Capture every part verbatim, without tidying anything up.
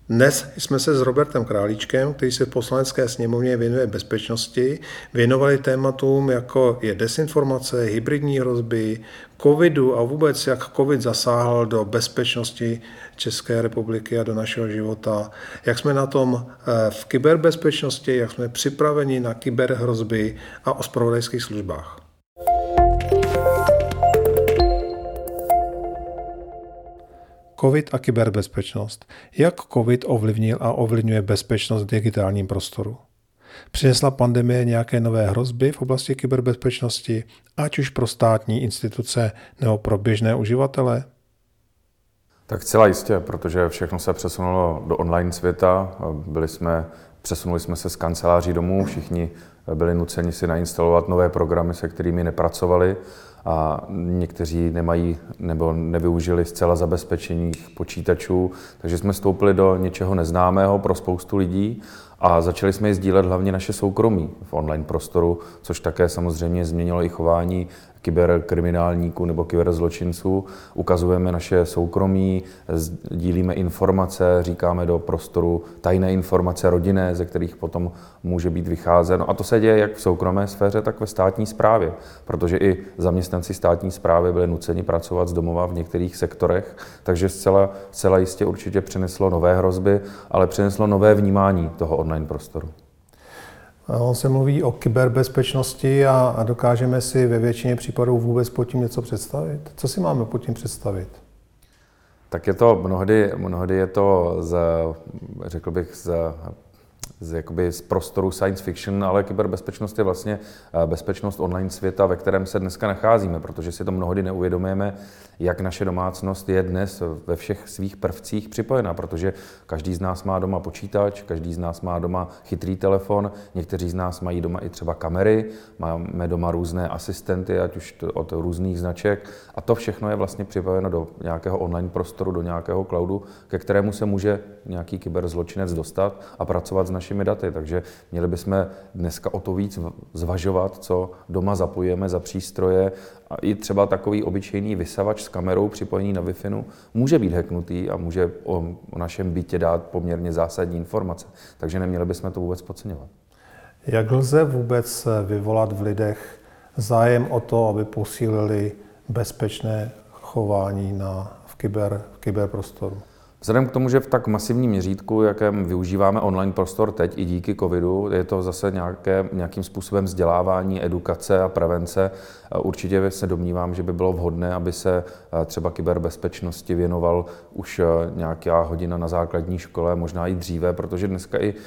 Dnes jsme se s Robertem Králíčkem, který se v Poslanecké sněmovně věnuje bezpečnosti, věnovali tématům, jako je dezinformace, hybridní hrozby, covidu a vůbec jak covid zasáhl do bezpečnosti České republiky a do našeho života, jak jsme na tom v kyberbezpečnosti, jak jsme připraveni na kyberhrozby a o zpravodajských službách. Covid a kyberbezpečnost. Jak covid ovlivnil a ovlivňuje bezpečnost v digitálním prostoru? Přinesla pandemie nějaké nové hrozby v oblasti kyberbezpečnosti, ať už pro státní instituce nebo pro běžné uživatele? Tak zcela jistě, protože všechno se přesunulo do online světa. Byli jsme, přesunuli jsme se z kanceláří domů, všichni byli nuceni si nainstalovat nové programy, se kterými nepracovali, a někteří nemají nebo nevyužili zcela zabezpečení počítačů, takže jsme vstoupili do něčeho neznámého pro spoustu lidí a začali jsme sdílet hlavně naše soukromí v online prostoru, což také samozřejmě změnilo i chování kyberkriminálníků nebo kyberzločinců. Ukazujeme naše soukromí, sdílíme informace, říkáme do prostoru tajné informace rodinné, ze kterých potom může být vycházeno. A to se děje jak v soukromé sféře, tak ve státní správě, protože i zaměstnanci státní správy byli nuceni pracovat z domova v některých sektorech, takže zcela, zcela jistě určitě přineslo nové hrozby, ale přineslo nové vnímání toho online prostoru. On se mluví o kyberbezpečnosti a, a dokážeme si ve většině případů vůbec pod tím něco představit. Co si máme pod tím představit? Tak je to mnohdy, mnohdy je to z, řekl bych, z, z, jakoby z prostoru science fiction, ale kyberbezpečnost je vlastně bezpečnost online světa, ve kterém se dneska nacházíme, protože si to mnohdy neuvědomujeme, jak naše domácnost je dnes ve všech svých prvcích připojena, protože každý z nás má doma počítač, každý z nás má doma chytrý telefon, někteří z nás mají doma i třeba kamery, máme doma různé asistenty, ať už od různých značek, a to všechno je vlastně připojeno do nějakého online prostoru, do nějakého cloudu, ke kterému se může nějaký kyberzločinec dostat a pracovat s našimi daty. Takže měli bychom dneska o to víc zvažovat, co doma zapojíme za přístroje, a i třeba takový obyčejný vysavač s kamerou připojený na Wi-Fi může být hacknutý a může o, o našem bytě dát poměrně zásadní informace. Takže neměli bychom to vůbec podceňovat. Jak lze vůbec vyvolat v lidech zájem o to, aby posílili bezpečné chování na, v, kyber, v kyberprostoru? Vzhledem k tomu, že v tak masivním měřítku, jakém využíváme online prostor teď i díky covidu, je to zase nějaké, nějakým způsobem vzdělávání, edukace a prevence. Určitě se domnívám, že by bylo vhodné, aby se třeba kyberbezpečnosti věnoval už nějaká hodina na základní škole, možná i dříve, protože dneska i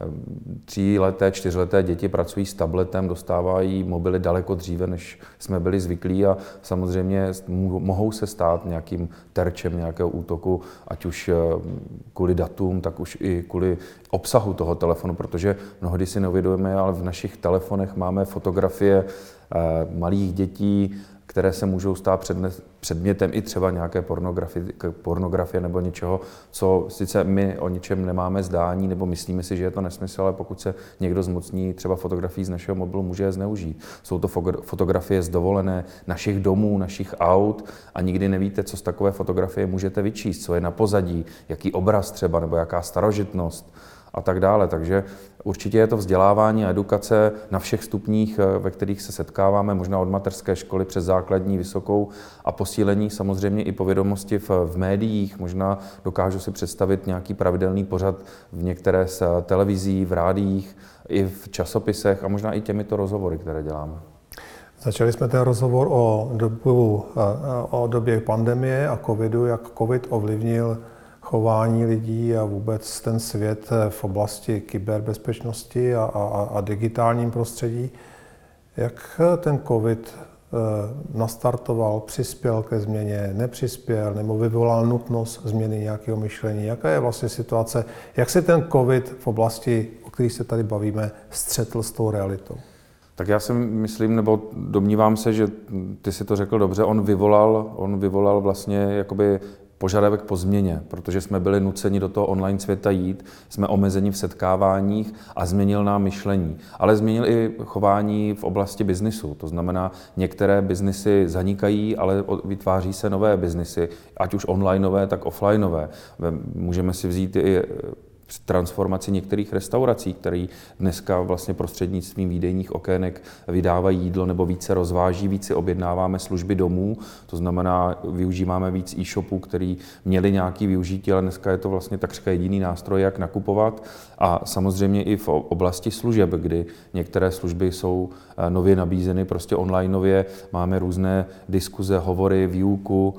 tříleté, čtyřleté děti pracují s tabletem, dostávají mobily daleko dříve, než jsme byli zvyklí, a samozřejmě mohou se stát nějakým terčem nějakého útoku, ať už kvůli datům, tak už i kvůli obsahu toho telefonu, protože mnohdy si neuvědomujeme, ale v našich telefonech máme fotografie malých dětí, které se můžou stát předmětem i třeba nějaké pornografie, pornografie nebo něčeho, co sice my o ničem nemáme zdání, nebo myslíme si, že je to nesmysl, ale pokud se někdo zmocní třeba fotografií z našeho mobilu, může je zneužít. Jsou to fotografie z dovolené, našich domů, našich aut, a nikdy nevíte, co z takové fotografie můžete vyčíst, co je na pozadí, jaký obraz třeba, nebo jaká starožitnost a tak dále. Takže určitě je to vzdělávání a edukace na všech stupních, ve kterých se setkáváme, možná od mateřské školy přes základní, vysokou, a posílení samozřejmě i povědomosti v, v médiích. Možná dokážu si představit nějaký pravidelný pořad v některé z televizí, v rádiích, i v časopisech a možná i těmito rozhovory, které děláme. Začali jsme ten rozhovor o, dobu, o době pandemie a covidu, jak covid ovlivnil chování lidí a vůbec ten svět v oblasti kyberbezpečnosti a, a, a digitálním prostředí. Jak ten covid nastartoval, přispěl ke změně, nepřispěl, nebo vyvolal nutnost změny nějakého myšlení? Jaká je vlastně situace? Jak se ten covid v oblasti, o které se tady bavíme, střetl s tou realitou? Tak já si myslím, nebo domnívám se, že ty si to řekl dobře, on vyvolal, on vyvolal vlastně jakoby požadavek po změně, protože jsme byli nuceni do toho online světa jít, jsme omezeni v setkáváních a změnil nám myšlení. Ale změnil i chování v oblasti biznisu. To znamená, některé biznisy zanikají, ale vytváří se nové biznisy, ať už onlineové, tak offlineové. Můžeme si vzít i transformaci některých restaurací, které dneska vlastně prostřednictvím výdejních okének vydávají jídlo nebo více rozváží, více objednáváme služby domů, to znamená, využíváme víc e-shopů, který měli nějaký využití, ale dneska je to vlastně takřka jediný nástroj, jak nakupovat. A samozřejmě i v oblasti služeb, kdy některé služby jsou nově nabízeny prostě onlineově, máme různé diskuze, hovory, výuku,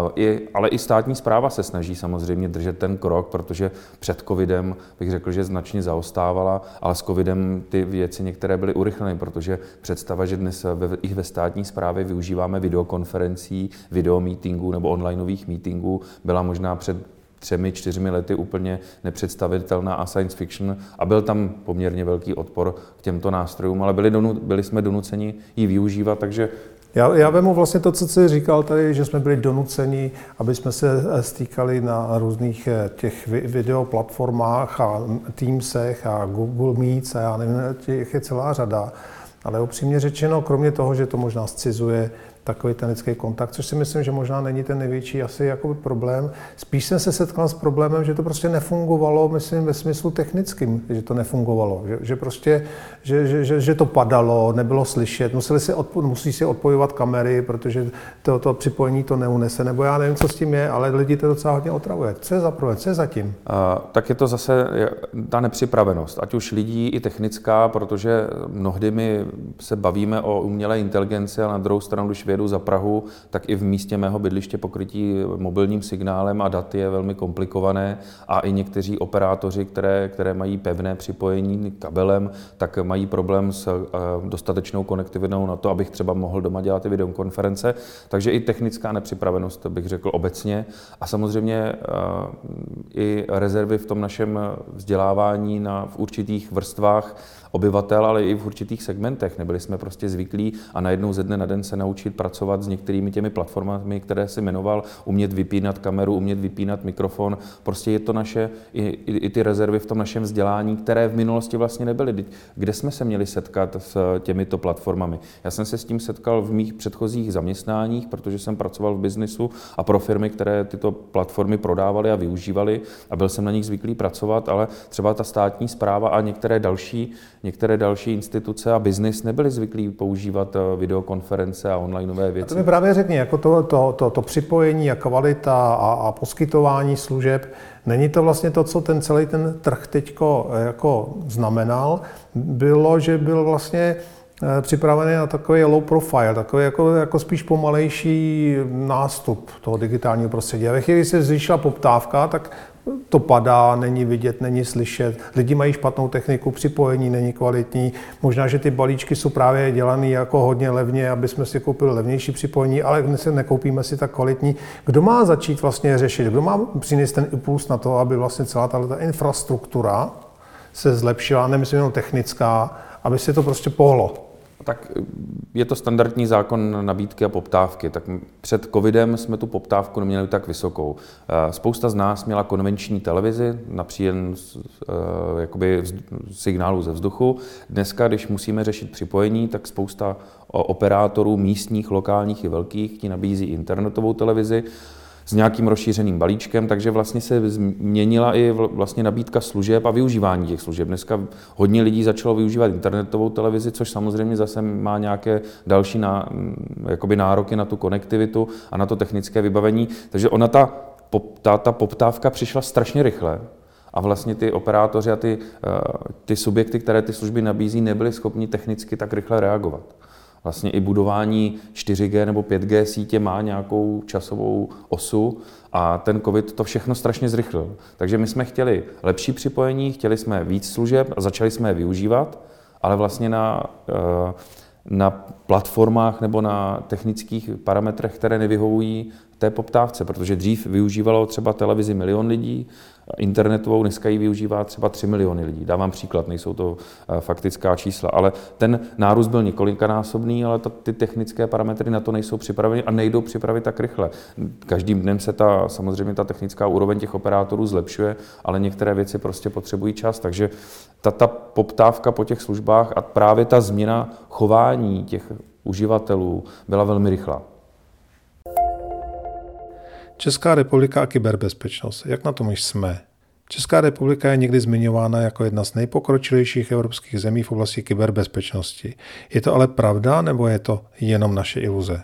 ale i státní správa se snaží samozřejmě držet ten krok, protože před covidem bych řekl, že značně zaostávala, ale s covidem ty věci některé byly urychleny, protože představa, že dnes ve, i ve státní správě využíváme videokonferencí, videomeetingů nebo onlineových meetingů, byla možná před třemi, čtyřmi lety úplně nepředstavitelná a science fiction a byl tam poměrně velký odpor k těmto nástrojům, ale byli, donu, byli jsme donuceni ji využívat, takže Já, já vemu vlastně to, co jsi říkal tady, že jsme byli donuceni, aby jsme se stýkali na různých těch videoplatformách a Teamsech a Google Meets a já nevím, těch je celá řada. Ale upřímně řečeno, kromě toho, že to možná scizuje takový ten lidský kontakt, což si myslím, že možná není ten největší asi jakoby problém. Spíš jsem se setkal s problémem, že to prostě nefungovalo, myslím ve smyslu technickým, že to nefungovalo, že, že prostě, že, že, že, že to padalo, nebylo slyšet, museli si odpo, musí si odpojovat kamery, protože to, to připojení to neunese, nebo já nevím, co s tím je, ale lidi to docela hodně otravuje. Co je za problém, co je za tím? Uh, tak je to zase ta nepřipravenost, ať už lidí i technická, protože mnohdy my se bavíme o umělé inteligenci, ale na druhou stranu, když jedu za Prahu, tak i v místě mého bydliště pokrytí mobilním signálem a daty je velmi komplikované a i někteří operátoři, které, které mají pevné připojení kabelem, tak mají problém s uh, dostatečnou konektivitou na to, abych třeba mohl doma dělat ty videokonference. Takže i technická nepřipravenost, bych řekl obecně. A samozřejmě uh, i rezervy v tom našem vzdělávání na, v určitých vrstvách obyvatel, ale i v určitých segmentech. Nebyli jsme prostě zvyklí a najednou ze dne na den se naučit pracovat s některými těmi platformami, které si jmenoval, umět vypínat kameru, umět vypínat mikrofon. Prostě je to naše, i, i, i ty rezervy v tom našem vzdělání, které v minulosti vlastně nebyly. Kde jsme se měli setkat s těmito platformami? Já jsem se s tím setkal v mých předchozích zaměstnáních, protože jsem pracoval v biznisu a pro firmy, které tyto platformy prodávaly a využívaly a byl jsem na nich zvyklý pracovat, ale třeba ta státní správa a některé další Některé další instituce a biznis nebyli zvyklí používat videokonference a onlineové věci. A to mi právě řekni, jako to, to, to, to připojení a kvalita a, a poskytování služeb, není to vlastně to, co ten celý ten trh teďko jako znamenal, bylo, že byl vlastně připravený na takový low profile, takový jako, jako spíš pomalejší nástup toho digitálního prostředí. A ve chvíli, kdy se zvýšila poptávka, tak to padá, není vidět, není slyšet, lidi mají špatnou techniku, připojení není kvalitní, možná, že ty balíčky jsou právě dělané jako hodně levně, aby jsme si koupili levnější připojení, ale dnes nekoupíme si tak kvalitní. Kdo má začít vlastně řešit, kdo má přinést ten impuls na to, aby vlastně celá tato infrastruktura se zlepšila, nemyslím jenom technická, aby se to prostě pohlo? Tak je to standardní zákon nabídky a poptávky. Tak před covidem jsme tu poptávku neměli tak vysokou. Spousta z nás měla konvenční televizi na příjem jakoby signálu ze vzduchu. Dneska, když musíme řešit připojení, tak spousta operátorů místních, lokálních i velkých ti nabízí internetovou televizi s nějakým rozšířeným balíčkem, takže vlastně se změnila i vlastně nabídka služeb a využívání těch služeb. Dneska hodně lidí začalo využívat internetovou televizi, což samozřejmě zase má nějaké další ná, jakoby nároky na tu konektivitu a na to technické vybavení. Takže ona ta, ta, ta poptávka přišla strašně rychle. A vlastně ty operátoři a ty, ty subjekty, které ty služby nabízí, nebyly schopni technicky tak rychle reagovat. Vlastně i budování čtyři G nebo pět G sítě má nějakou časovou osu a ten covid to všechno strašně zrychlil. Takže my jsme chtěli lepší připojení, chtěli jsme víc služeb a začali jsme je využívat, ale vlastně na, na platformách nebo na technických parametrech, které nevyhovují té poptávce, protože dřív využívalo třeba televizi milion lidí, internetovou, dneska ji využívá třeba tři miliony lidí. Dávám příklad, nejsou to faktická čísla, ale ten nárůst byl několikanásobný, ale ta, ty technické parametry na to nejsou připraveny a nejdou připravit tak rychle. Každým dnem se ta, samozřejmě ta technická úroveň těch operátorů zlepšuje, ale některé věci prostě potřebují čas, takže ta, ta poptávka po těch službách a právě ta změna chování těch uživatelů byla velmi rychlá. Česká republika a kyberbezpečnost. Jak na tom již jsme? Česká republika je někdy zmiňována jako jedna z nejpokročilejších evropských zemí v oblasti kyberbezpečnosti. Je to ale pravda, nebo je to jenom naše iluze?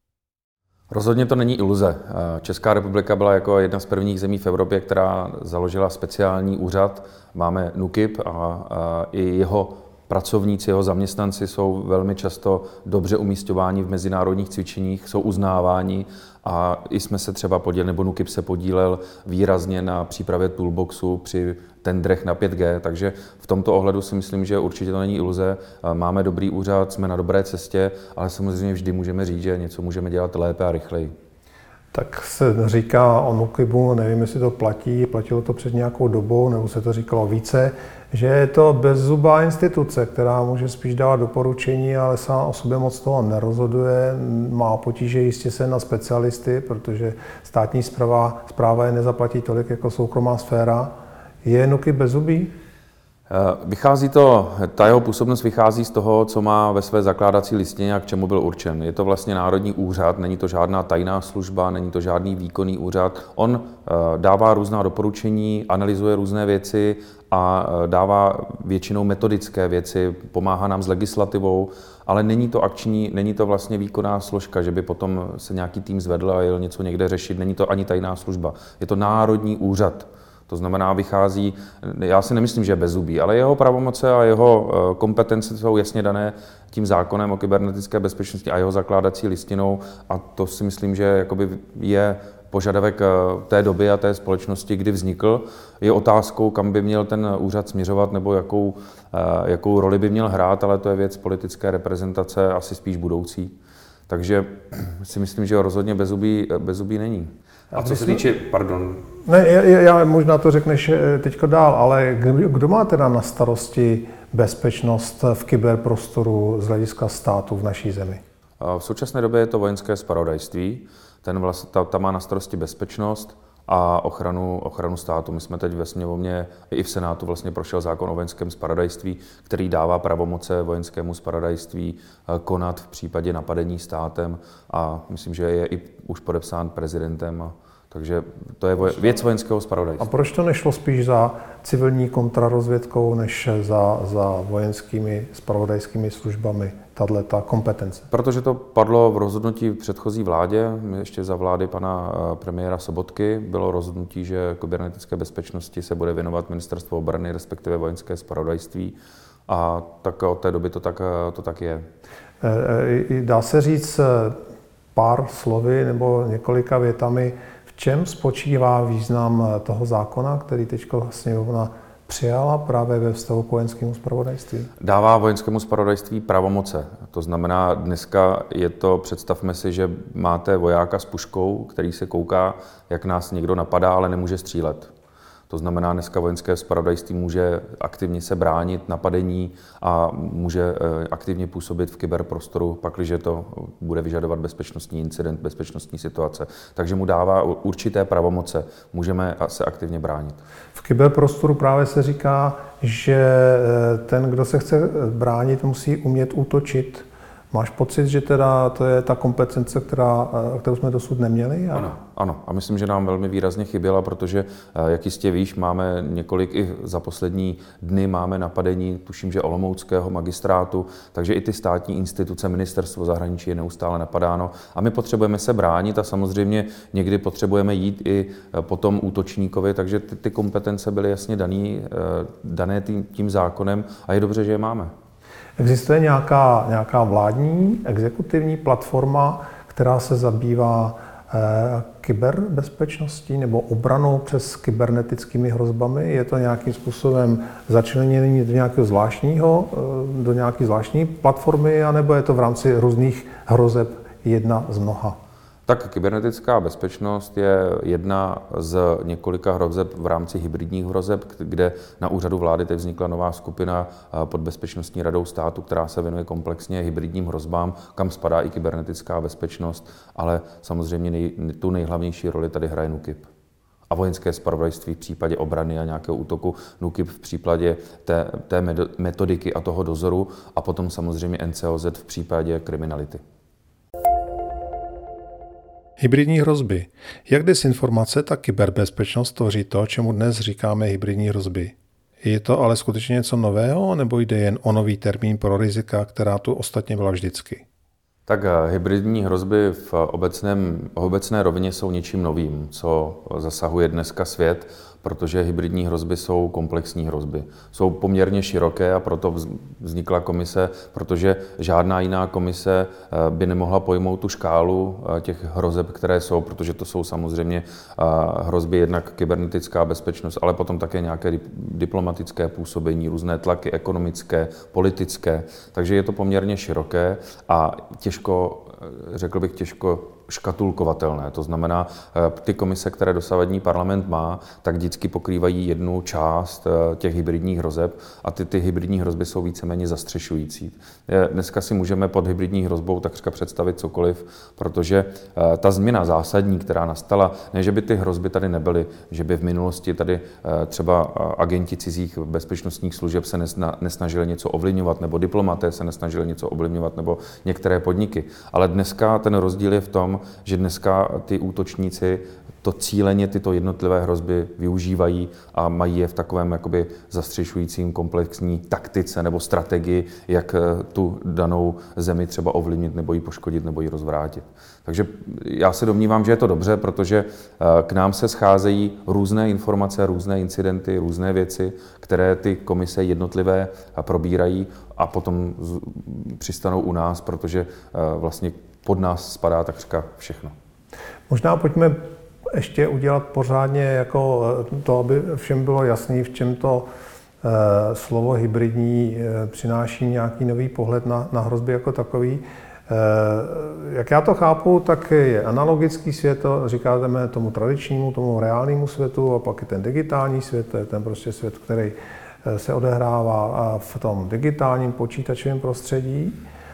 Rozhodně to není iluze. Česká republika byla jako jedna z prvních zemí v Evropě, která založila speciální úřad. Máme NÚKIB a, a i jeho pracovníci, jeho zaměstnanci jsou velmi často dobře umísťováni v mezinárodních cvičeních, jsou uznáváni a i jsme se třeba podíleli, nebo NÚKIB se podílel výrazně na přípravě toolboxu při tendrech na pět G, takže v tomto ohledu si myslím, že určitě to není iluze. Máme dobrý úřad, jsme na dobré cestě, ale samozřejmě vždy můžeme říct, že něco můžeme dělat lépe a rychleji. Tak se říká o NÚKIBu, nevím, jestli to platí, platilo to před nějakou dobou, nebo se to říkalo více, že je to bezzubá instituce, která může spíš dávat doporučení, ale sama o sobě moc toho nerozhoduje, má potíže jistě se na specialisty, protože státní správa, správa je nezaplatí tolik jako soukromá sféra. Je NÚKIB bezzubý? Vychází to, ta jeho působnost vychází z toho, co má ve své zakládací listině a k čemu byl určen. Je to vlastně národní úřad, není to žádná tajná služba, není to žádný výkonný úřad. On dává různá doporučení, analyzuje různé věci a dává většinou metodické věci, pomáhá nám s legislativou, ale není to akční, není to vlastně výkonná složka, že by potom se nějaký tým zvedl a jel něco někde řešit, není to ani tajná služba. Je to národní úřad. To znamená, vychází, já si nemyslím, že je bezzubý, ale jeho pravomoce a jeho kompetence jsou jasně dané tím zákonem o kybernetické bezpečnosti a jeho zakládací listinou a to si myslím, že jakoby je požadavek té doby a té společnosti, kdy vznikl. Je otázkou, kam by měl ten úřad směřovat nebo jakou, jakou roli by měl hrát, ale to je věc politické reprezentace, asi spíš budoucí. Takže si myslím, že rozhodně bezzubý, bezzubý není. A co se týče, pardon. Ne, já, já možná to řekneš teďko dál, ale kdo má teda na starosti bezpečnost v kyberprostoru z hlediska státu v naší zemi? V současné době je to vojenské zpravodajství. Ten vlastně, ta, ta má na starosti bezpečnost a ochranu, ochranu státu. My jsme teď ve sněmovně i v Senátu vlastně prošel zákon o vojenském zpravodajství, který dává pravomoce vojenskému zpravodajství konat v případě napadení státem a myslím, že je i už podepsán prezidentem. A, takže to je věc vojenského zpravodajství. A proč to nešlo spíš za civilní kontrarozvědkou, než za, za vojenskými zpravodajskými službami, tato kompetence? Protože to padlo v rozhodnutí v předchozí vládě, ještě za vlády pana premiéra Sobotky, bylo rozhodnutí, že kybernetické bezpečnosti se bude věnovat Ministerstvo obrany, respektive vojenské zpravodajství. A tak od té doby to tak, to tak je. Dá se říct pár slovy nebo několika větami, v čem spočívá význam toho zákona, který teď sněmovna přijala právě ve vztahu k vojenskému zpravodajství? Dává vojenskému zpravodajství pravomoce. To znamená, dneska je to, představme si, že máte vojáka s puškou, který se kouká, jak nás někdo napadá, ale nemůže střílet. To znamená, dneska vojenské zpravodajství může aktivně se bránit napadení a může aktivně působit v kyberprostoru, pakliže to bude vyžadovat bezpečnostní incident, bezpečnostní situace. Takže mu dává určité pravomoce, můžeme se aktivně bránit. V kyberprostoru právě se říká, že ten, kdo se chce bránit, musí umět útočit. Máš pocit, že teda to je ta kompetence, která, kterou jsme dosud neměli? A... Ano, ano. A myslím, že nám velmi výrazně chyběla, protože, jak jistě víš, máme několik, i za poslední dny máme napadení, tuším, že olomouckého magistrátu, takže i ty státní instituce, ministerstvo zahraničí je neustále napadáno. A my potřebujeme se bránit a samozřejmě někdy potřebujeme jít i po tom útočníkovi, takže ty, ty kompetence byly jasně daný, dané tím, tím zákonem a je dobře, že je máme. Existuje nějaká, nějaká vládní exekutivní platforma, která se zabývá eh, kyberbezpečností nebo obranou přes kybernetickými hrozbami? Je to nějakým způsobem začlenění do nějakého zvláštního, eh, do nějaké zvláštní platformy, anebo je to v rámci různých hrozeb jedna z mnoha? Tak kybernetická bezpečnost je jedna z několika hrozeb v rámci hybridních hrozeb, kde na úřadu vlády teď vznikla nová skupina pod Bezpečnostní radou státu, která se věnuje komplexně hybridním hrozbám, kam spadá i kybernetická bezpečnost, ale samozřejmě nej, tu nejhlavnější roli tady hraje NÚKIB. A vojenské zpravodajství v případě obrany a nějakého útoku, NÚKIB v případě té, té metodiky a toho dozoru a potom samozřejmě N C O Z v případě kriminality. Hybridní hrozby. Jak dezinformace, tak kyberbezpečnost tvoří to, čemu dnes říkáme hybridní hrozby. Je to ale skutečně něco nového, nebo jde jen o nový termín pro rizika, která tu ostatně byla vždycky? Tak hybridní hrozby v obecném, obecné rovině jsou něčím novým, co zasahuje dneska svět, protože hybridní hrozby jsou komplexní hrozby. Jsou poměrně široké a proto vznikla komise, protože žádná jiná komise by nemohla pojmout tu škálu těch hrozeb, které jsou, protože to jsou samozřejmě hrozby jednak kybernetická bezpečnost, ale potom také nějaké diplomatické působení, různé tlaky ekonomické, politické. Takže je to poměrně široké a těžko, řekl bych těžko, škatulkovatelné. To znamená, ty komise, které dosavadní parlament má, tak vždycky pokrývají jednu část těch hybridních hrozeb a ty, ty hybridní hrozby jsou víceméně zastřešující. Dneska si můžeme pod hybridní hrozbou takřka představit cokoliv, protože ta změna zásadní, která nastala, ne, že by ty hrozby tady nebyly, že by v minulosti tady třeba agenti cizích bezpečnostních služeb se nesnažili něco ovlivňovat, nebo diplomaté se nesnažili něco ovlivňovat, nebo některé podniky. Ale dneska ten rozdíl je v tom, že dneska ty útočníci to cíleně tyto jednotlivé hrozby využívají a mají je v takovém jakoby zastřešujícím komplexní taktice nebo strategii, jak tu danou zemi třeba ovlivnit nebo ji poškodit nebo ji rozvrátit. Takže já se domnívám, že je to dobře, protože k nám se scházejí různé informace, různé incidenty, různé věci, které ty komise jednotlivé probírají a potom přistanou u nás, protože vlastně pod nás spadá takřka všechno. Možná pojďme ještě udělat pořádně jako to, aby všem bylo jasný, v čem to e, slovo hybridní e, přináší nějaký nový pohled na, na hrozby jako takový. E, jak já to chápu, tak je analogický svět, to říkáme tomu tradičnímu, tomu reálnému světu, a pak je ten digitální svět, to je ten prostě svět, který se odehrává v tom digitálním počítačovém prostředí.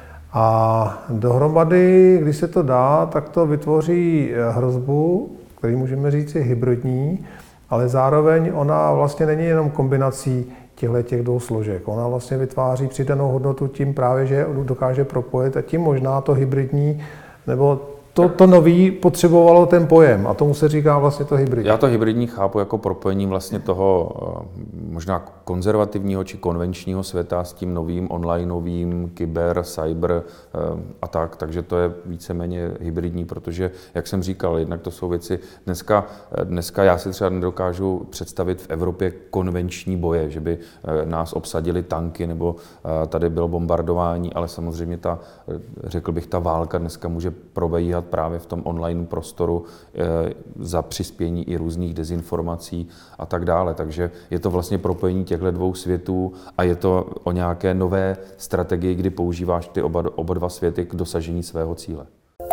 A dohromady, když se to dá, tak to vytvoří hrozbu, který můžeme říct je hybridní, ale zároveň ona vlastně není jenom kombinací těchto těch dvou složek. Ona vlastně vytváří přidanou hodnotu tím právě, že dokáže propojit a tím možná to hybridní nebo to, to nový potřebovalo ten pojem a tomu se říká vlastně to hybridní. Já to hybridní chápu jako propojení vlastně toho možná konzervativního či konvenčního světa s tím novým onlineovým, kyber, cyber a tak, takže to je víceméně hybridní, protože, jak jsem říkal, jednak to jsou věci, dneska, dneska já si třeba nedokážu představit v Evropě konvenční boje, že by nás obsadili tanky nebo tady bylo bombardování, ale samozřejmě ta, řekl bych, ta válka dneska může probíhat právě v tom online prostoru e, za přispění i různých dezinformací a tak dále. Takže je to vlastně propojení těchto dvou světů a je to o nějaké nové strategii, kdy používáš ty oba, oba dva světy k dosažení svého cíle.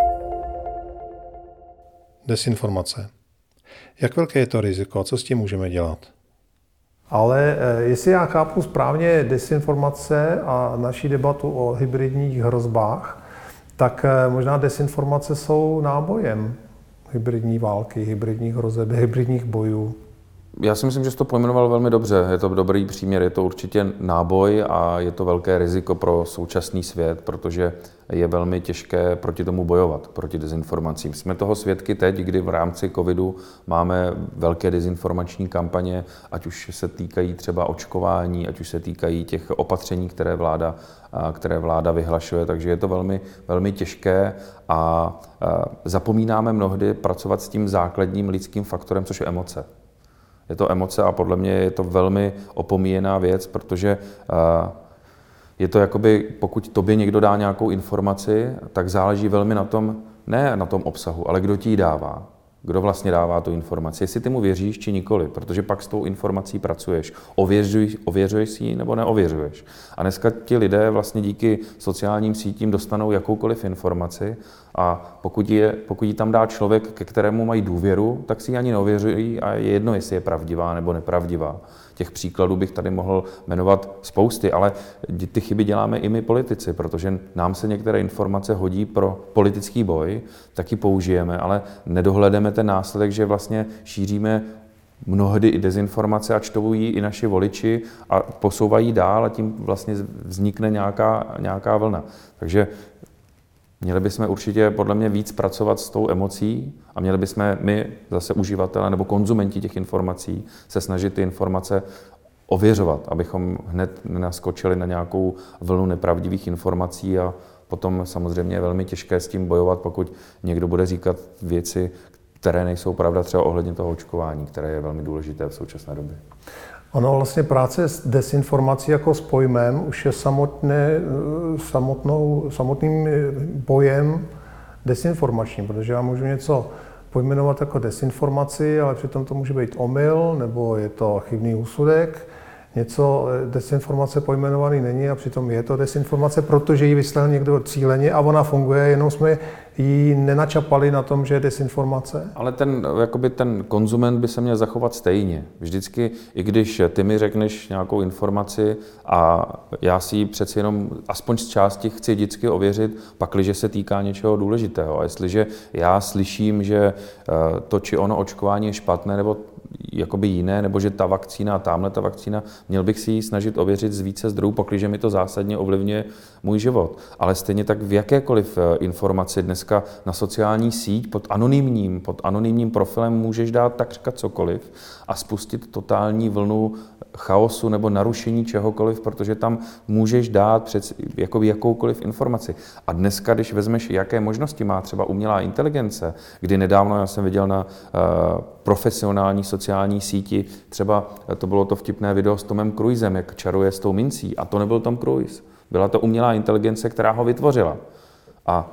Dezinformace. Jak velké je to riziko a co s tím můžeme dělat? Ale jestli já chápu správně dezinformace a naší debatu o hybridních hrozbách, tak možná dezinformace jsou nábojem hybridní války, hybridních hrozeb, hybridních bojů. Já si myslím, že jsi to pojmenoval velmi dobře. Je to dobrý příměr, je to určitě náboj a je to velké riziko pro současný svět, protože je velmi těžké proti tomu bojovat, proti dezinformacím. Jsme toho svědky teď, kdy v rámci covidu máme velké dezinformační kampaně, ať už se týkají třeba očkování, ať už se týkají těch opatření, které vláda, které vláda vyhlašuje, takže je to velmi, velmi těžké a zapomínáme mnohdy pracovat s tím základním lidským faktorem, což je emoce. Je to emoce a podle mě je to velmi opomíjená věc, protože je to jakoby, pokud tobě někdo dá nějakou informaci, tak záleží velmi na tom, ne na tom obsahu, ale kdo ti ji dává. Kdo vlastně dává tu informaci? Jestli ty mu věříš, či nikoli, protože pak s tou informací pracuješ. Ověřuješ, ověřuješ si ji nebo neověřuješ. A dneska ti lidé vlastně díky sociálním sítím dostanou jakoukoliv informaci a pokud, je, pokud ji tam dá člověk, ke kterému mají důvěru, tak si ji ani neověřují a je jedno, jestli je pravdivá nebo nepravdivá. Těch příkladů bych tady mohl jmenovat spousty, ale ty chyby děláme i my politici, protože nám se některé informace hodí pro politický boj, tak ji použijeme, ale nedohledeme ten následek, že vlastně šíříme mnohdy i dezinformace a čtou ji i naši voliči a posouvají dál a tím vlastně vznikne nějaká, nějaká vlna. Takže měli bychom určitě podle mě víc pracovat s tou emocí a měli bychom my, zase uživatelé nebo konzumenti těch informací, se snažit ty informace ověřovat, abychom hned nenaskočili na nějakou vlnu nepravdivých informací a potom samozřejmě je velmi těžké s tím bojovat, pokud někdo bude říkat věci, které nejsou pravda, třeba ohledně toho očkování, které je velmi důležité v současné době. Ono vlastně práce s desinformací jako s pojmem už je samotné, samotnou, samotným bojem desinformačním, protože já můžu něco pojmenovat jako desinformaci, ale přitom to může být omyl, nebo je to chybný úsudek. Něco desinformace pojmenovaný není a přitom je to desinformace, protože ji vyslal někdo cíleně a ona funguje, jenom jsme ji nenačapali na tom, že je desinformace. Ale ten, jakoby ten konzument by se měl zachovat stejně. Vždycky, i když ty mi řekneš nějakou informaci a já si ji přeci jenom aspoň z části chci vždycky ověřit, pakliže se týká něčeho důležitého. A jestliže já slyším, že to či ono očkování je špatné nebo jakoby jiné, nebo že ta vakcína a tamhle ta vakcína, měl bych si ji snažit ověřit z více zdrojů, pakliže mi to zásadně ovlivňuje můj život. Ale stejně tak v jakékoliv informaci dneska na sociální síť pod anonymním, pod anonymním profilem můžeš dát takřka cokoliv a spustit totální vlnu chaosu nebo narušení čehokoliv, protože tam můžeš dát před, jako jakoukoliv informaci. A dneska, když vezmeš, jaké možnosti má třeba umělá inteligence, kdy nedávno já jsem viděl na uh, profesionální sociální síti, třeba to bylo to vtipné video s Tomem Cruisem, jak čaruje s tou mincí, a to nebyl Tom Cruise. Byla to umělá inteligence, která ho vytvořila. A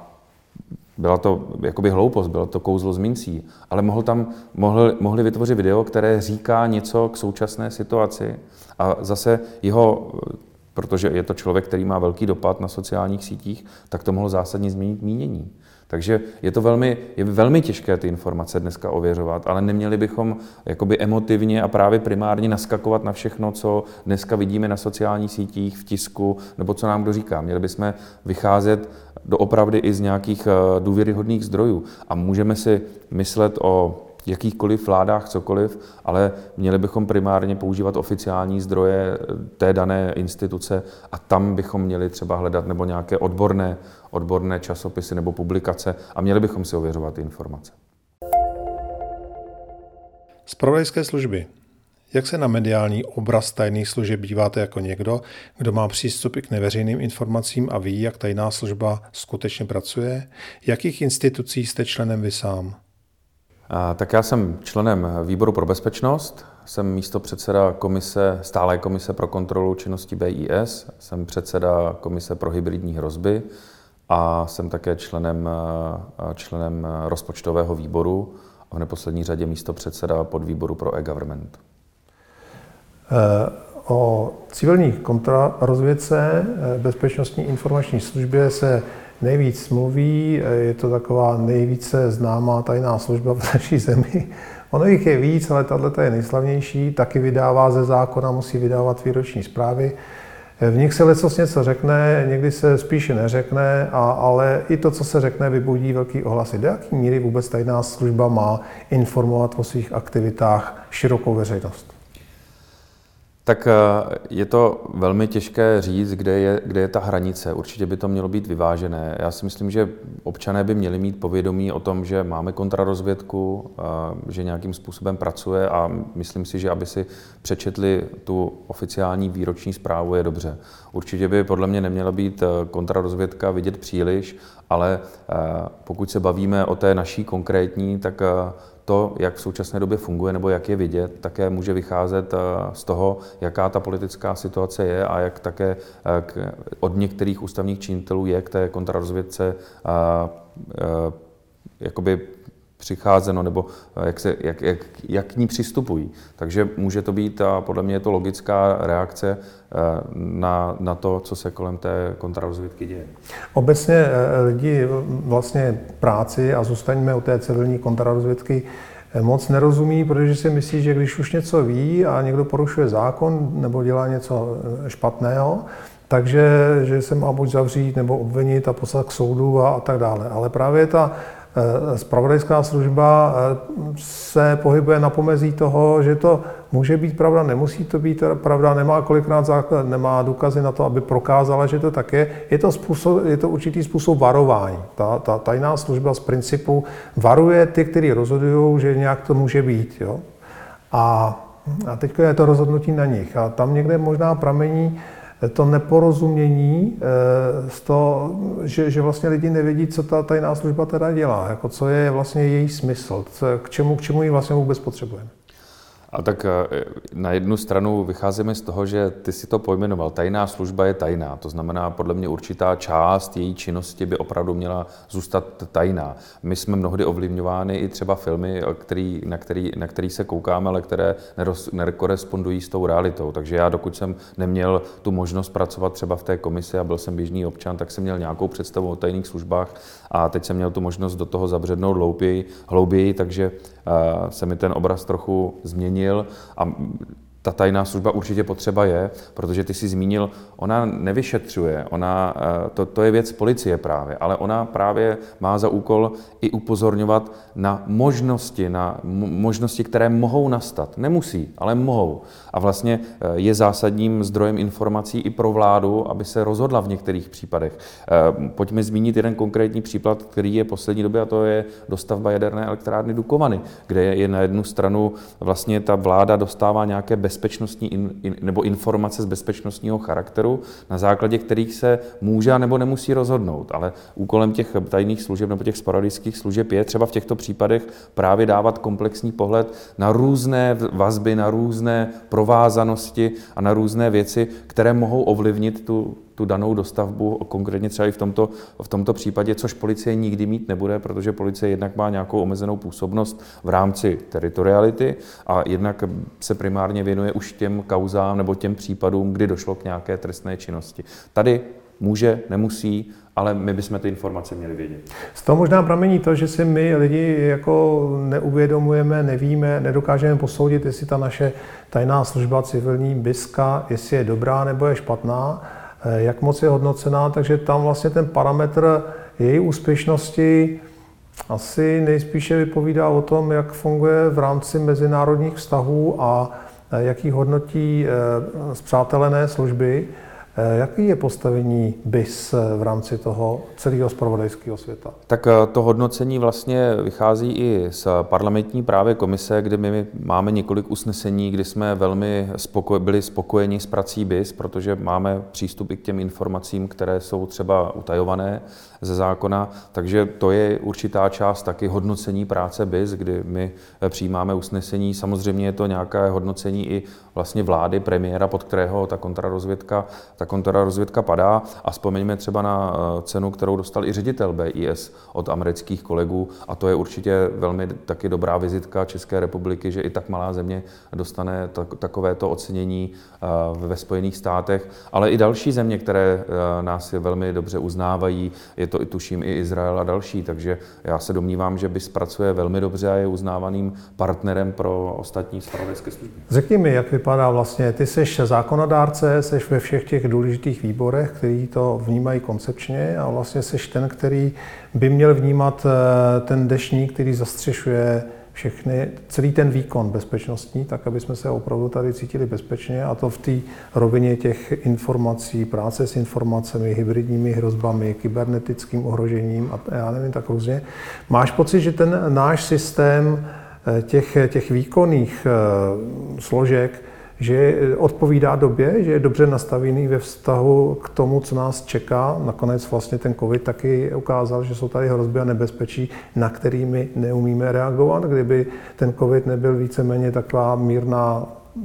byla to jakoby hloupost, bylo to kouzlo z mincí, ale mohl tam, mohli, mohli vytvořit video, které říká něco k současné situaci a zase jeho, protože je to člověk, který má velký dopad na sociálních sítích, tak to mohlo zásadně změnit mínění. Takže je to velmi, je velmi těžké ty informace dneska ověřovat, ale neměli bychom jakoby emotivně a právě primárně naskakovat na všechno, co dneska vidíme na sociálních sítích, v tisku, nebo co nám kdo říká. Měli bychom vycházet doopravdy i z nějakých důvěryhodných zdrojů. A můžeme si myslet o jakýchkoliv vládách, cokoliv, ale měli bychom primárně používat oficiální zdroje té dané instituce a tam bychom měli třeba hledat nebo nějaké odborné, odborné časopisy nebo publikace a měli bychom si ověřovat ty informace. Zpravodajské služby. Jak se na mediální obraz tajných služeb díváte jako někdo, kdo má přístup i k neveřejným informacím a ví, jak tajná služba skutečně pracuje? Jakých institucí jste členem vy sám? Tak já jsem členem výboru pro bezpečnost, jsem místopředseda komise, stálé komise pro kontrolu činnosti B I S, jsem předseda komise pro hybridní hrozby a jsem také členem, členem rozpočtového výboru a v neposlední řadě místopředseda podvýboru pro e-government. O civilní kontrarozvědce, bezpečnostní informační službě se nejvíc mluví, je to taková nejvíce známá tajná služba v naší zemi. Ono jich je víc, ale tato je nejslavnější, taky vydává ze zákona, musí vydávat výroční zprávy. V nich se lecos něco řekne, někdy se spíše neřekne, a, ale i to, co se řekne, vybudí velký ohlasy. Do jaký míry vůbec tajná služba má informovat o svých aktivitách širokou veřejnost? Tak je to velmi těžké říct, kde je, kde je ta hranice. Určitě by to mělo být vyvážené. Já si myslím, že občané by měli mít povědomí o tom, že máme kontrarozvědku, že nějakým způsobem pracuje a myslím si, že aby si přečetli tu oficiální výroční zprávu je dobře. Určitě by podle mě neměla být kontrarozvědka vidět příliš, ale pokud se bavíme o té naší konkrétní, tak to, jak v současné době funguje nebo jak je vidět, také může vycházet z toho, jaká ta politická situace je a jak také od některých ústavních činitelů je k té kontrarozvědce jakoby přicházeno, nebo jak, se, jak, jak, jak k ní přistupují. Takže může to být, a podle mě je to logická reakce na, na to, co se kolem té kontrarozvědky děje. Obecně lidi vlastně práci, a zůstaňme u té civilní kontrarozvědky, moc nerozumí, protože si myslí, že když už něco ví a někdo porušuje zákon nebo dělá něco špatného, takže že se má buď zavřít nebo obvinit a poslat k soudu a, a tak dále. Ale právě ta zpravodajská služba se pohybuje na pomezí toho, že to může být pravda, nemusí to být pravda, nemá kolikrát základ, nemá důkazy na to, aby prokázala, že to tak je. Je to, způsob, je to určitý způsob varování. Ta, ta tajná služba z principu varuje ty, kteří rozhodují, že nějak to může být. Jo? A, a teď je to rozhodnutí na nich. A tam někde možná pramení to neporozumění z toho, že, že vlastně lidi nevědí, co ta tajná služba teda dělá, jako co je vlastně její smysl, co, k čemu, k čemu ji vlastně vůbec potřebujeme. A tak na jednu stranu vycházíme z toho, že ty si to pojmenoval. Tajná služba je tajná. To znamená, podle mě určitá část její činnosti by opravdu měla zůstat tajná. My jsme mnohdy ovlivňovány i třeba filmy, který, na, který, na který se koukáme, ale které nekorespondují s tou realitou. Takže já, dokud jsem neměl tu možnost pracovat třeba v té komisi a byl jsem běžný občan, tak jsem měl nějakou představu o tajných službách a teď jsem měl tu možnost do toho zabřednout hlouběji, hlouběji takže uh, se mi ten obraz trochu změnil. A ta tajná služba určitě potřeba je, protože ty jsi zmínil, ona nevyšetřuje, ona, to, to je věc policie právě, ale ona právě má za úkol i upozorňovat na možnosti, na možnosti, které mohou nastat. Nemusí, ale mohou. A vlastně je zásadním zdrojem informací i pro vládu, aby se rozhodla v některých případech. Pojďme zmínit jeden konkrétní příklad, který je poslední době, a to je dostavba jaderné elektrárny Dukovany, kde je na jednu stranu vlastně ta vláda dostává nějaké bez bezpečnostní in, in, nebo informace z bezpečnostního charakteru, na základě kterých se může nebo nemusí rozhodnout. Ale úkolem těch tajných služeb nebo těch zpravodajských služeb je třeba v těchto případech právě dávat komplexní pohled na různé vazby, na různé provázanosti a na různé věci, které mohou ovlivnit tu tu danou dostavbu, konkrétně třeba i v tomto, v tomto případě, což policie nikdy mít nebude, protože policie jednak má nějakou omezenou působnost v rámci teritoriality a jednak se primárně věnuje už těm kauzám nebo těm případům, kdy došlo k nějaké trestné činnosti. Tady může, nemusí, ale my bychom ty informace měli vědět. Z toho možná pramení to, že si my lidi jako neuvědomujeme, nevíme, nedokážeme posoudit, jestli ta naše tajná služba civilní BISka, jestli je dobrá nebo je špatná, jak moc je hodnocená, takže tam vlastně ten parametr její úspěšnosti asi nejspíše vypovídá o tom, jak funguje v rámci mezinárodních vztahů a jaký hodnotí spřátelené služby. Jaký je postavení B I S v rámci toho celého zpravodajského světa? Tak to hodnocení vlastně vychází i z parlamentní právě komise, kde my máme několik usnesení, kdy jsme velmi spoko- byli spokojeni s prací B I S, protože máme přístup i k těm informacím, které jsou třeba utajované ze zákona, takže to je určitá část taky hodnocení práce B I S, kdy my přijímáme usnesení. Samozřejmě je to nějaké hodnocení i vlastně vlády, premiéra, pod kterého ta kontrarozvědka, ta kontrarozvědka padá. A vzpomeňme třeba na cenu, kterou dostal i ředitel B I S od amerických kolegů, a to je určitě velmi taky dobrá vizitka České republiky, že i tak malá země dostane tak, takovéto ocenění ve Spojených státech, ale i další země, které nás velmi dobře uznávají, je to i tuším i Izrael a další, takže já se domnívám, že B I S pracuje velmi dobře a je uznávaným partnerem pro ostatní zpravodajské služby. Řekni mi, jak vypadá vlastně, ty jsi zákonodárce, jsi ve všech těch důležitých výborech, který to vnímají koncepčně a vlastně jsi ten, který by měl vnímat ten deštník, který zastřešuje všechny, celý ten výkon bezpečnostní, tak aby jsme se opravdu tady cítili bezpečně, a to v té rovině těch informací, práce s informacemi, hybridními hrozbami, kybernetickým ohrožením a já nevím, tak různě. Máš pocit, že ten náš systém těch, těch výkonných složek, že odpovídá době, že je dobře nastavený ve vztahu k tomu, co nás čeká. Nakonec vlastně ten covid taky ukázal, že jsou tady hrozby a nebezpečí, na kterými neumíme reagovat. Kdyby ten covid nebyl víceméně taková mírná,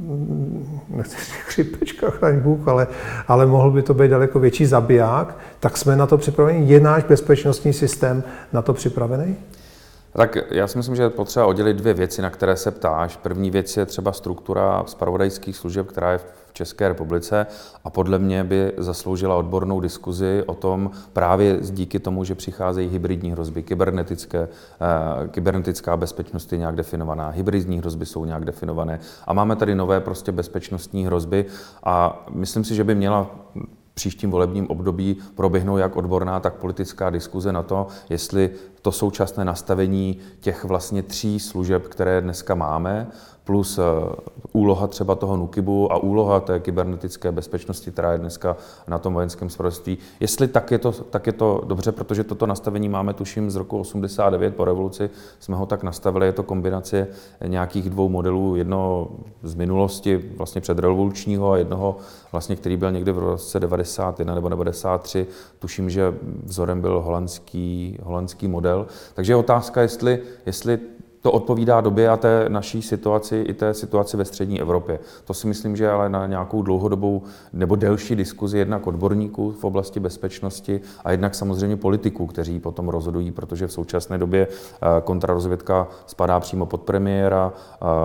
nechci říct chřipečka, chraň Bůh, ale, ale mohl by to být daleko větší zabiják, tak jsme na to připraveni. Je náš bezpečnostní systém na to připravený? Tak já si myslím, že je potřeba oddělit dvě věci, na které se ptáš. První věc je třeba struktura zpravodajských služeb, která je v České republice a podle mě by zasloužila odbornou diskuzi o tom právě díky tomu, že přicházejí hybridní hrozby, kybernetické, kybernetická bezpečnost je nějak definovaná, hybridní hrozby jsou nějak definované a máme tady nové prostě bezpečnostní hrozby a myslím si, že by měla příštím volebním období proběhnou jak odborná, tak politická diskuze na to, jestli to současné nastavení těch vlastně tří služeb, které dneska máme, plus úloha třeba toho NÚKIBu a úloha té kybernetické bezpečnosti, která je dneska na tom vojenském zpravodajství. Jestli tak je, to, tak je to dobře, protože toto nastavení máme, tuším, z roku osmdesát devět po revoluci, jsme ho tak nastavili, je to kombinace nějakých dvou modelů, jednoho z minulosti, vlastně předrevolučního a jednoho, vlastně, který byl někdy v roce devadesát jedna nebo devadesát tři, tuším, že vzorem byl holandský, holandský model. Takže je otázka, jestli, jestli to odpovídá době a té naší situaci i té situaci ve střední Evropě. To si myslím, že ale na nějakou dlouhodobou nebo delší diskuzi jednak odborníků v oblasti bezpečnosti a jednak samozřejmě politiků, kteří potom rozhodují, protože v současné době kontrarozvědka spadá přímo pod premiéra,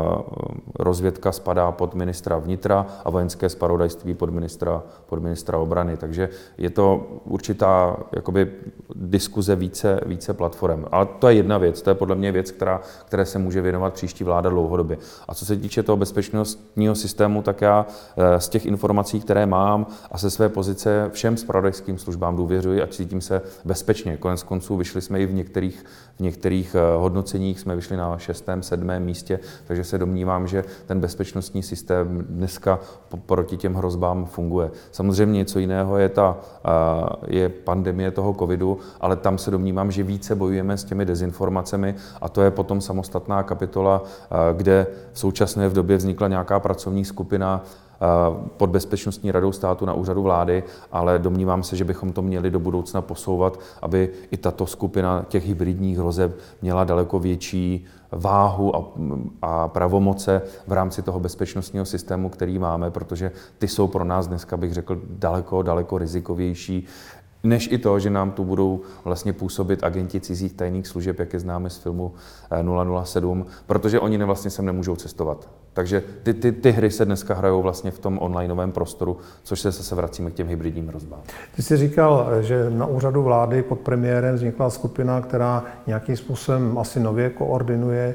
rozvědka spadá pod ministra vnitra a vojenské zpravodajství pod ministra, pod ministra obrany. Takže je to určitá jakoby diskuze více, více platform. Ale to je jedna věc, to je podle mě věc, která které se může věnovat příští vláda dlouhodobě. A co se týče toho bezpečnostního systému, tak já z těch informací, které mám a ze své pozice všem zpravodajským službám důvěřuji a cítím se bezpečně. Konec konců vyšli jsme i v některých, v některých hodnoceních, jsme vyšli na šestém, sedmém místě, takže se domnívám, že ten bezpečnostní systém dneska proti těm hrozbám funguje. Samozřejmě něco jiného je ta je pandemie toho covidu, ale tam se domnívám, že více bojujeme s těmi dezinformacemi a to je potom samostatná kapitola, kde v současné době vznikla nějaká pracovní skupina pod Bezpečnostní radou státu na úřadu vlády, ale domnívám se, že bychom to měli do budoucna posouvat, aby i tato skupina těch hybridních hrozeb měla daleko větší váhu a, a pravomoce v rámci toho bezpečnostního systému, který máme, protože ty jsou pro nás dneska, bych řekl, daleko, daleko rizikovější, než i to, že nám tu budou vlastně působit agenti cizích tajných služeb, jak je známe z filmu nula nula sedm, protože oni vlastně sem nemůžou cestovat. Takže ty, ty, ty hry se dneska hrajou vlastně v tom onlineovém prostoru, což se zase vracíme k těm hybridním hrozbám. Ty jsi říkal, že na úřadu vlády pod premiérem vznikla skupina, která nějakým způsobem asi nově koordinuje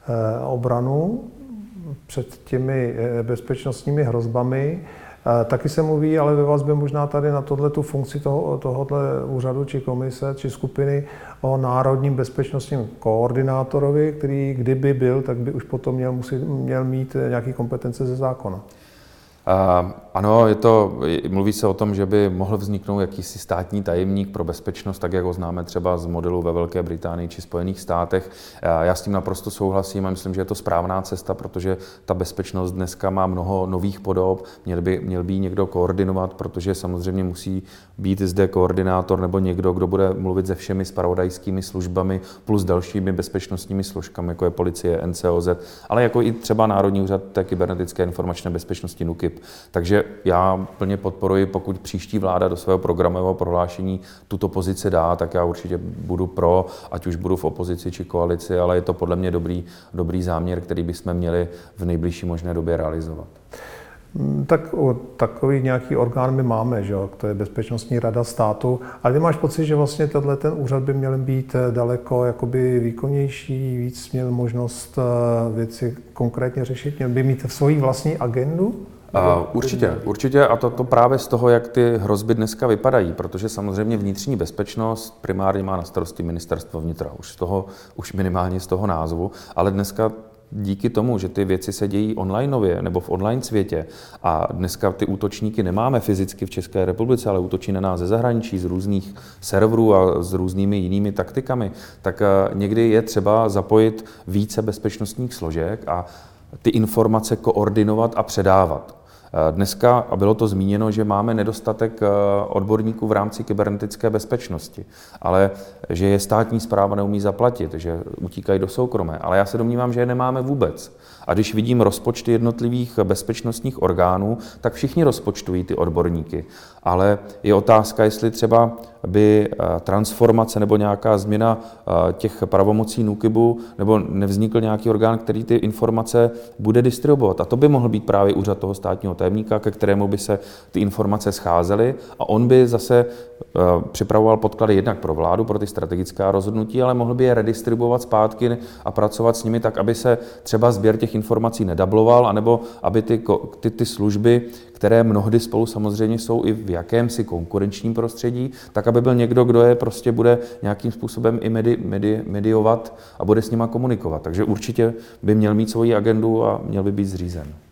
obranu před těmi bezpečnostními hrozbami. Taky se mluví, ale ve vazbě možná tady na tohletu funkci toho, tohohle úřadu či komise či skupiny o národním bezpečnostním koordinátorovi, který kdyby byl, tak by už potom měl, musí, měl mít nějaké kompetence ze zákona. Uh, ano, je to, mluví se o tom, že by mohl vzniknout jakýsi státní tajemník pro bezpečnost, tak jak ho známe třeba z modelu ve Velké Británii či Spojených státech. Uh, já s tím naprosto souhlasím a myslím, že je to správná cesta, protože ta bezpečnost dneska má mnoho nových podob, měl by, měl by ji někdo koordinovat, protože samozřejmě musí být zde koordinátor nebo někdo, kdo bude mluvit se všemi zpravodajskými službami plus dalšími bezpečnostními složkami, jako je policie, N C O Z, ale jako i třeba Národní úřad té kybernetické informačné bezpečnosti NÚKIB. Takže já plně podporuji, pokud příští vláda do svého programového prohlášení tuto pozici dá, tak já určitě budu pro, ať už budu v opozici či koalici, ale je to podle mě dobrý, dobrý záměr, který bychom měli v nejbližší možné době realizovat. Tak takový nějaký orgán my máme, že jo? To je Bezpečnostní rada státu, ale ty máš pocit, že vlastně tenhle ten úřad by měl být daleko jakoby výkonnější, víc měl možnost věci konkrétně řešit, měl by mít v svojí vlastní agendu? Uh, určitě, určitě a to, to právě z toho, jak ty hrozby dneska vypadají, protože samozřejmě vnitřní bezpečnost primárně má na starosti Ministerstvo vnitra, už, z toho, už minimálně z toho názvu, ale dneska díky tomu, že ty věci se dějí onlineově nebo v online světě a dneska ty útočníky nemáme fyzicky v České republice, ale útočí na nás ze zahraničí, z různých serverů a s různými jinými taktikami, tak někdy je třeba zapojit více bezpečnostních složek a ty informace koordinovat a předávat. Dneska, a bylo to zmíněno, že máme nedostatek odborníků v rámci kybernetické bezpečnosti, ale že je státní správa neumí zaplatit, že utíkají do soukromé, ale já se domnívám, že je nemáme vůbec. A když vidím rozpočty jednotlivých bezpečnostních orgánů, tak všichni rozpočtují ty odborníky. Ale je otázka, jestli třeba by transformace nebo nějaká změna těch pravomocí NÚKIBu nebo nevznikl nějaký orgán, který ty informace bude distribuovat. A to by mohl být právě úřad toho státního tajemníka, ke kterému by se ty informace scházely a on by zase připravoval podklady jednak pro vládu, pro ty strategická rozhodnutí, ale mohl by je redistribuovat zpátky a pracovat s nimi tak, aby se třeba sběr těch informací nedabloval, anebo aby ty, ty, ty služby, které mnohdy spolu samozřejmě jsou i v jakémsi konkurenčním prostředí, tak aby byl někdo, kdo je prostě bude nějakým způsobem i medi, medi, mediovat a bude s nima komunikovat. Takže určitě by měl mít svoji agendu a měl by být zřízen.